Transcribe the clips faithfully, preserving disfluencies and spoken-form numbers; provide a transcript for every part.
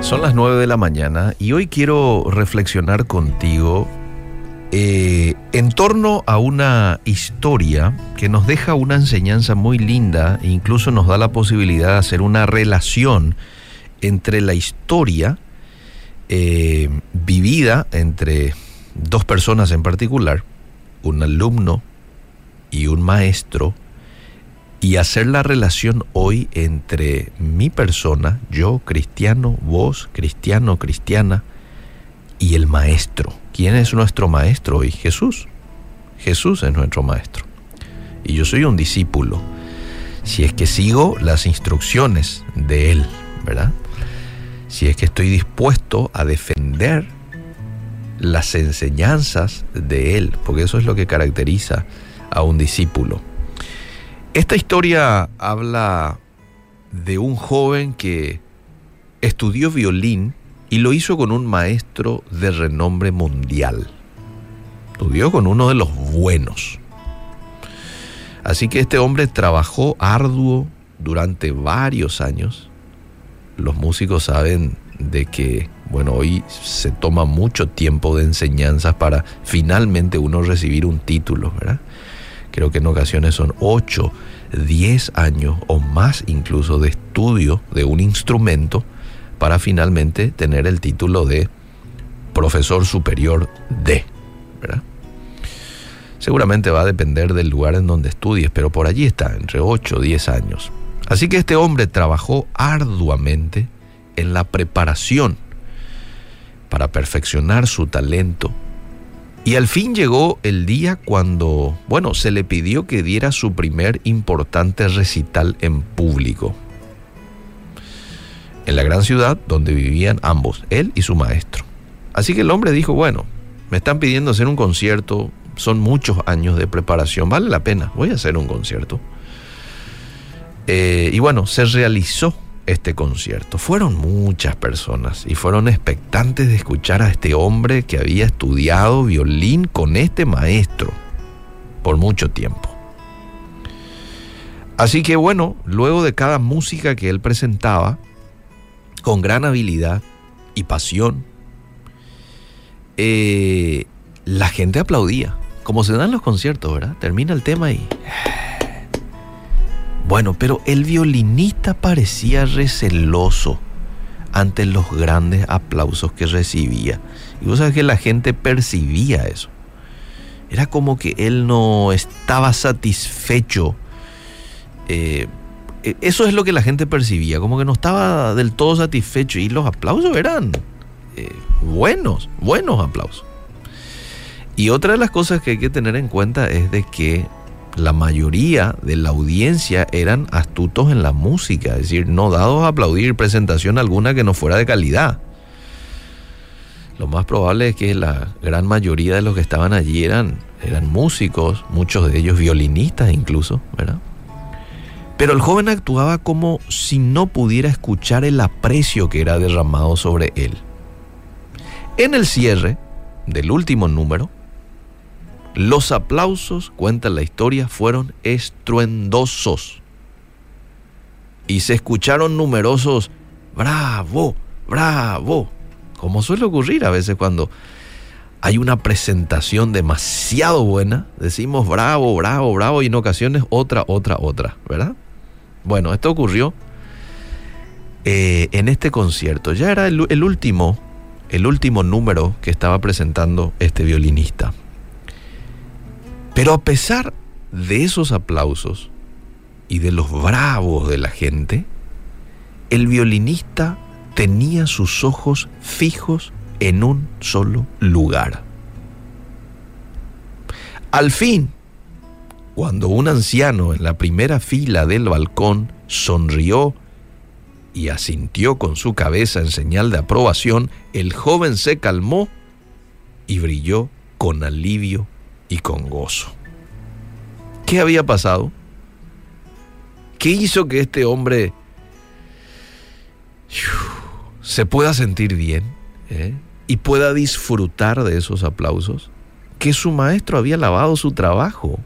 Son las nueve de la mañana y hoy quiero reflexionar contigo eh, en torno a una historia que nos deja una enseñanza muy linda e incluso nos da la posibilidad de hacer una relación entre la historia eh, vivida entre dos personas en particular, un alumno y un maestro, y hacer la relación hoy entre mi persona, yo cristiano, vos cristiano, cristiana, y el maestro. ¿Quién es nuestro maestro hoy? Jesús. Jesús es nuestro maestro. Y yo soy un discípulo, si es que sigo las instrucciones de él, ¿verdad? Si es que estoy dispuesto a defender las enseñanzas de él, porque eso es lo que caracteriza a un discípulo. Esta historia habla de un joven que estudió violín y lo hizo con un maestro de renombre mundial. Estudió con uno de los buenos. Así que este hombre trabajó arduo durante varios años. Los músicos saben de que, bueno, hoy se toma mucho tiempo de enseñanzas para finalmente uno recibir un título, ¿verdad? Creo que en ocasiones son ocho, diez años o más incluso de estudio de un instrumento para finalmente tener el título de profesor superior de, ¿verdad? Seguramente va a depender del lugar en donde estudies, pero por allí está, entre ocho o diez años. Así que este hombre trabajó arduamente en la preparación para perfeccionar su talento. Y al fin llegó el día cuando, bueno, se le pidió que diera su primer importante recital en público. En la gran ciudad donde vivían ambos, él y su maestro. Así que el hombre dijo, bueno, me están pidiendo hacer un concierto, son muchos años de preparación, vale la pena, voy a hacer un concierto. Eh, y bueno, se realizó este concierto. Fueron muchas personas y fueron expectantes de escuchar a este hombre que había estudiado violín con este maestro por mucho tiempo. Así que bueno, luego de cada música que él presentaba, con gran habilidad y pasión, eh, la gente aplaudía, como se dan los conciertos, ¿verdad? Termina el tema y... Bueno, pero el violinista parecía receloso ante los grandes aplausos que recibía. Y vos sabés que la gente percibía eso. Era como que él no estaba satisfecho. Eh, eso es lo que la gente percibía, como que no estaba del todo satisfecho. Y los aplausos eran eh, buenos, buenos aplausos. Y otra de las cosas que hay que tener en cuenta es de que la mayoría de la audiencia eran astutos en la música, es decir, no dados a aplaudir presentación alguna que no fuera de calidad. Lo más probable es que la gran mayoría de los que estaban allí eran, eran músicos, muchos de ellos violinistas incluso, ¿verdad? Pero el joven actuaba como si no pudiera escuchar el aprecio que era derramado sobre él. En el cierre del último número, los aplausos, cuenta la historia, fueron estruendosos. Y se escucharon numerosos bravo, bravo, como suele ocurrir a veces cuando hay una presentación demasiado buena. Decimos bravo, bravo, bravo, y en ocasiones otra, otra, otra, ¿verdad? Bueno, esto ocurrió eh, en este concierto. Ya era el, el último, el último número que estaba presentando este violinista. Pero a pesar de esos aplausos y de los bravos de la gente, el violinista tenía sus ojos fijos en un solo lugar. Al fin, cuando un anciano en la primera fila del balcón sonrió y asintió con su cabeza en señal de aprobación, el joven se calmó y brilló con alivio y con gozo. ¿Qué había pasado? ¿Qué hizo que este hombre se pueda sentir bien eh, y pueda disfrutar de esos aplausos? Que su maestro había lavado su trabajo.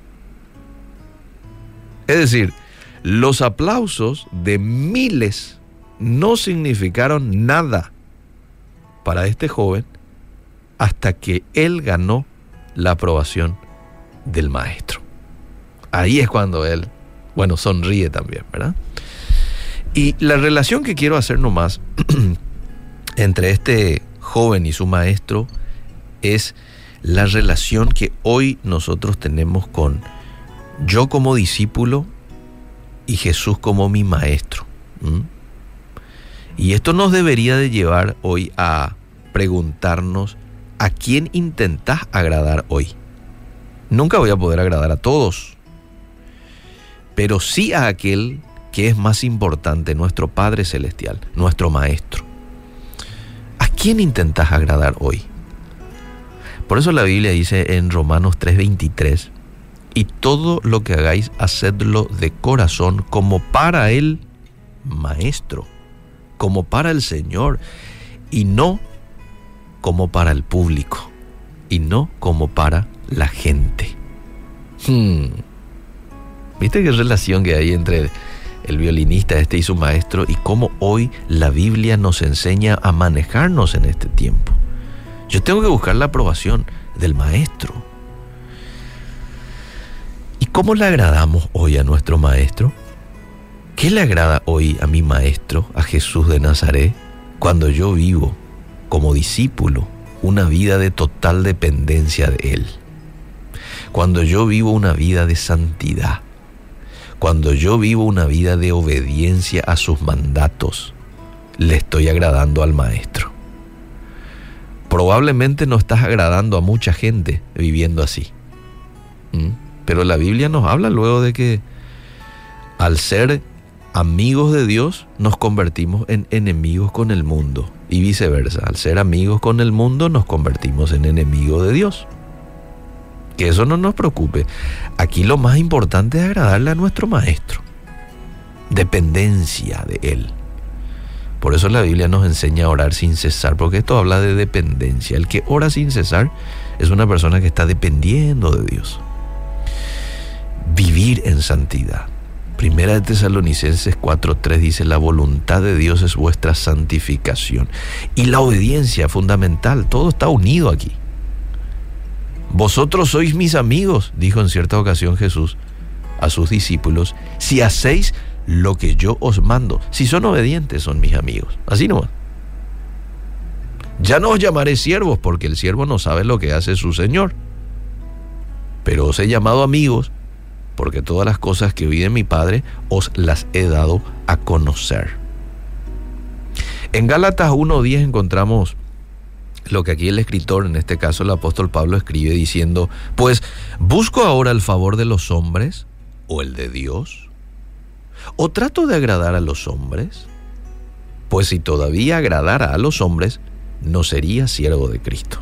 Es decir, los aplausos de miles no significaron nada para este joven hasta que él ganó la aprobación del maestro. Ahí es cuando él, bueno, sonríe también, ¿verdad? Y la relación que quiero hacer nomás entre este joven y su maestro es la relación que hoy nosotros tenemos con yo como discípulo y Jesús como mi maestro. ¿Mm? Y esto nos debería de llevar hoy a preguntarnos ¿a quién intentás agradar hoy? Nunca voy a poder agradar a todos, pero sí a aquel que es más importante, nuestro Padre Celestial, nuestro Maestro. ¿A quién intentás agradar hoy? Por eso la Biblia dice en Romanos tres veintitrés, y todo lo que hagáis, hacedlo de corazón como para el Maestro, como para el Señor, y no como para el público, y no como para la gente. Hmm. ¿Viste qué relación que hay entre el violinista este y su maestro, y cómo hoy la Biblia nos enseña a manejarnos en este tiempo? Yo tengo que buscar la aprobación del maestro. ¿Y cómo le agradamos hoy a nuestro maestro? ¿Qué le agrada hoy a mi maestro, a Jesús de Nazaret, cuando yo vivo como discípulo una vida de total dependencia de Él? Cuando yo vivo una vida de santidad, cuando yo vivo una vida de obediencia a sus mandatos, le estoy agradando al maestro. Probablemente no estás agradando a mucha gente viviendo así. ¿Mm? Pero la Biblia nos habla luego de que al ser amigos de Dios nos convertimos en enemigos con el mundo, y viceversa. Al ser amigos con el mundo nos convertimos en enemigos de Dios. Que eso no nos preocupe. Aquí lo más importante es agradarle a nuestro maestro. Dependencia de Él. Por eso la Biblia nos enseña a orar sin cesar, porque esto habla de dependencia. El que ora sin cesar es una persona que está dependiendo de Dios. Vivir en santidad. Primera de Tesalonicenses cuatro tres dice, la voluntad de Dios es vuestra santificación. Y la obediencia fundamental, todo está unido aquí. Vosotros sois mis amigos, dijo en cierta ocasión Jesús a sus discípulos, si hacéis lo que yo os mando. Si son obedientes, son mis amigos. Así nomás. Ya no os llamaré siervos, porque el siervo no sabe lo que hace su señor. Pero os he llamado amigos, porque todas las cosas que oí de mi Padre os las he dado a conocer. En Gálatas uno diez encontramos lo que aquí el escritor, en este caso el apóstol Pablo, escribe diciendo, pues, ¿busco ahora el favor de los hombres o el de Dios? ¿O trato de agradar a los hombres? Pues si todavía agradara a los hombres, no sería siervo de Cristo.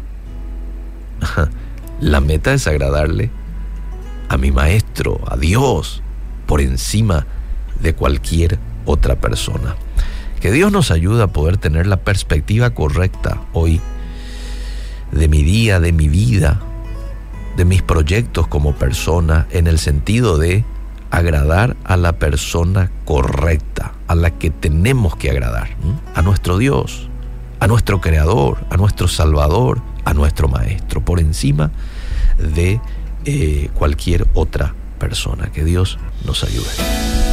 La meta es agradarle a mi maestro, a Dios, por encima de cualquier otra persona. Que Dios nos ayude a poder tener la perspectiva correcta hoy de mi día, de mi vida, de mis proyectos como persona, en el sentido de agradar a la persona correcta, a la que tenemos que agradar, ¿sí? A nuestro Dios, a nuestro Creador, a nuestro Salvador, a nuestro Maestro, por encima de eh, cualquier otra persona. Que Dios nos ayude.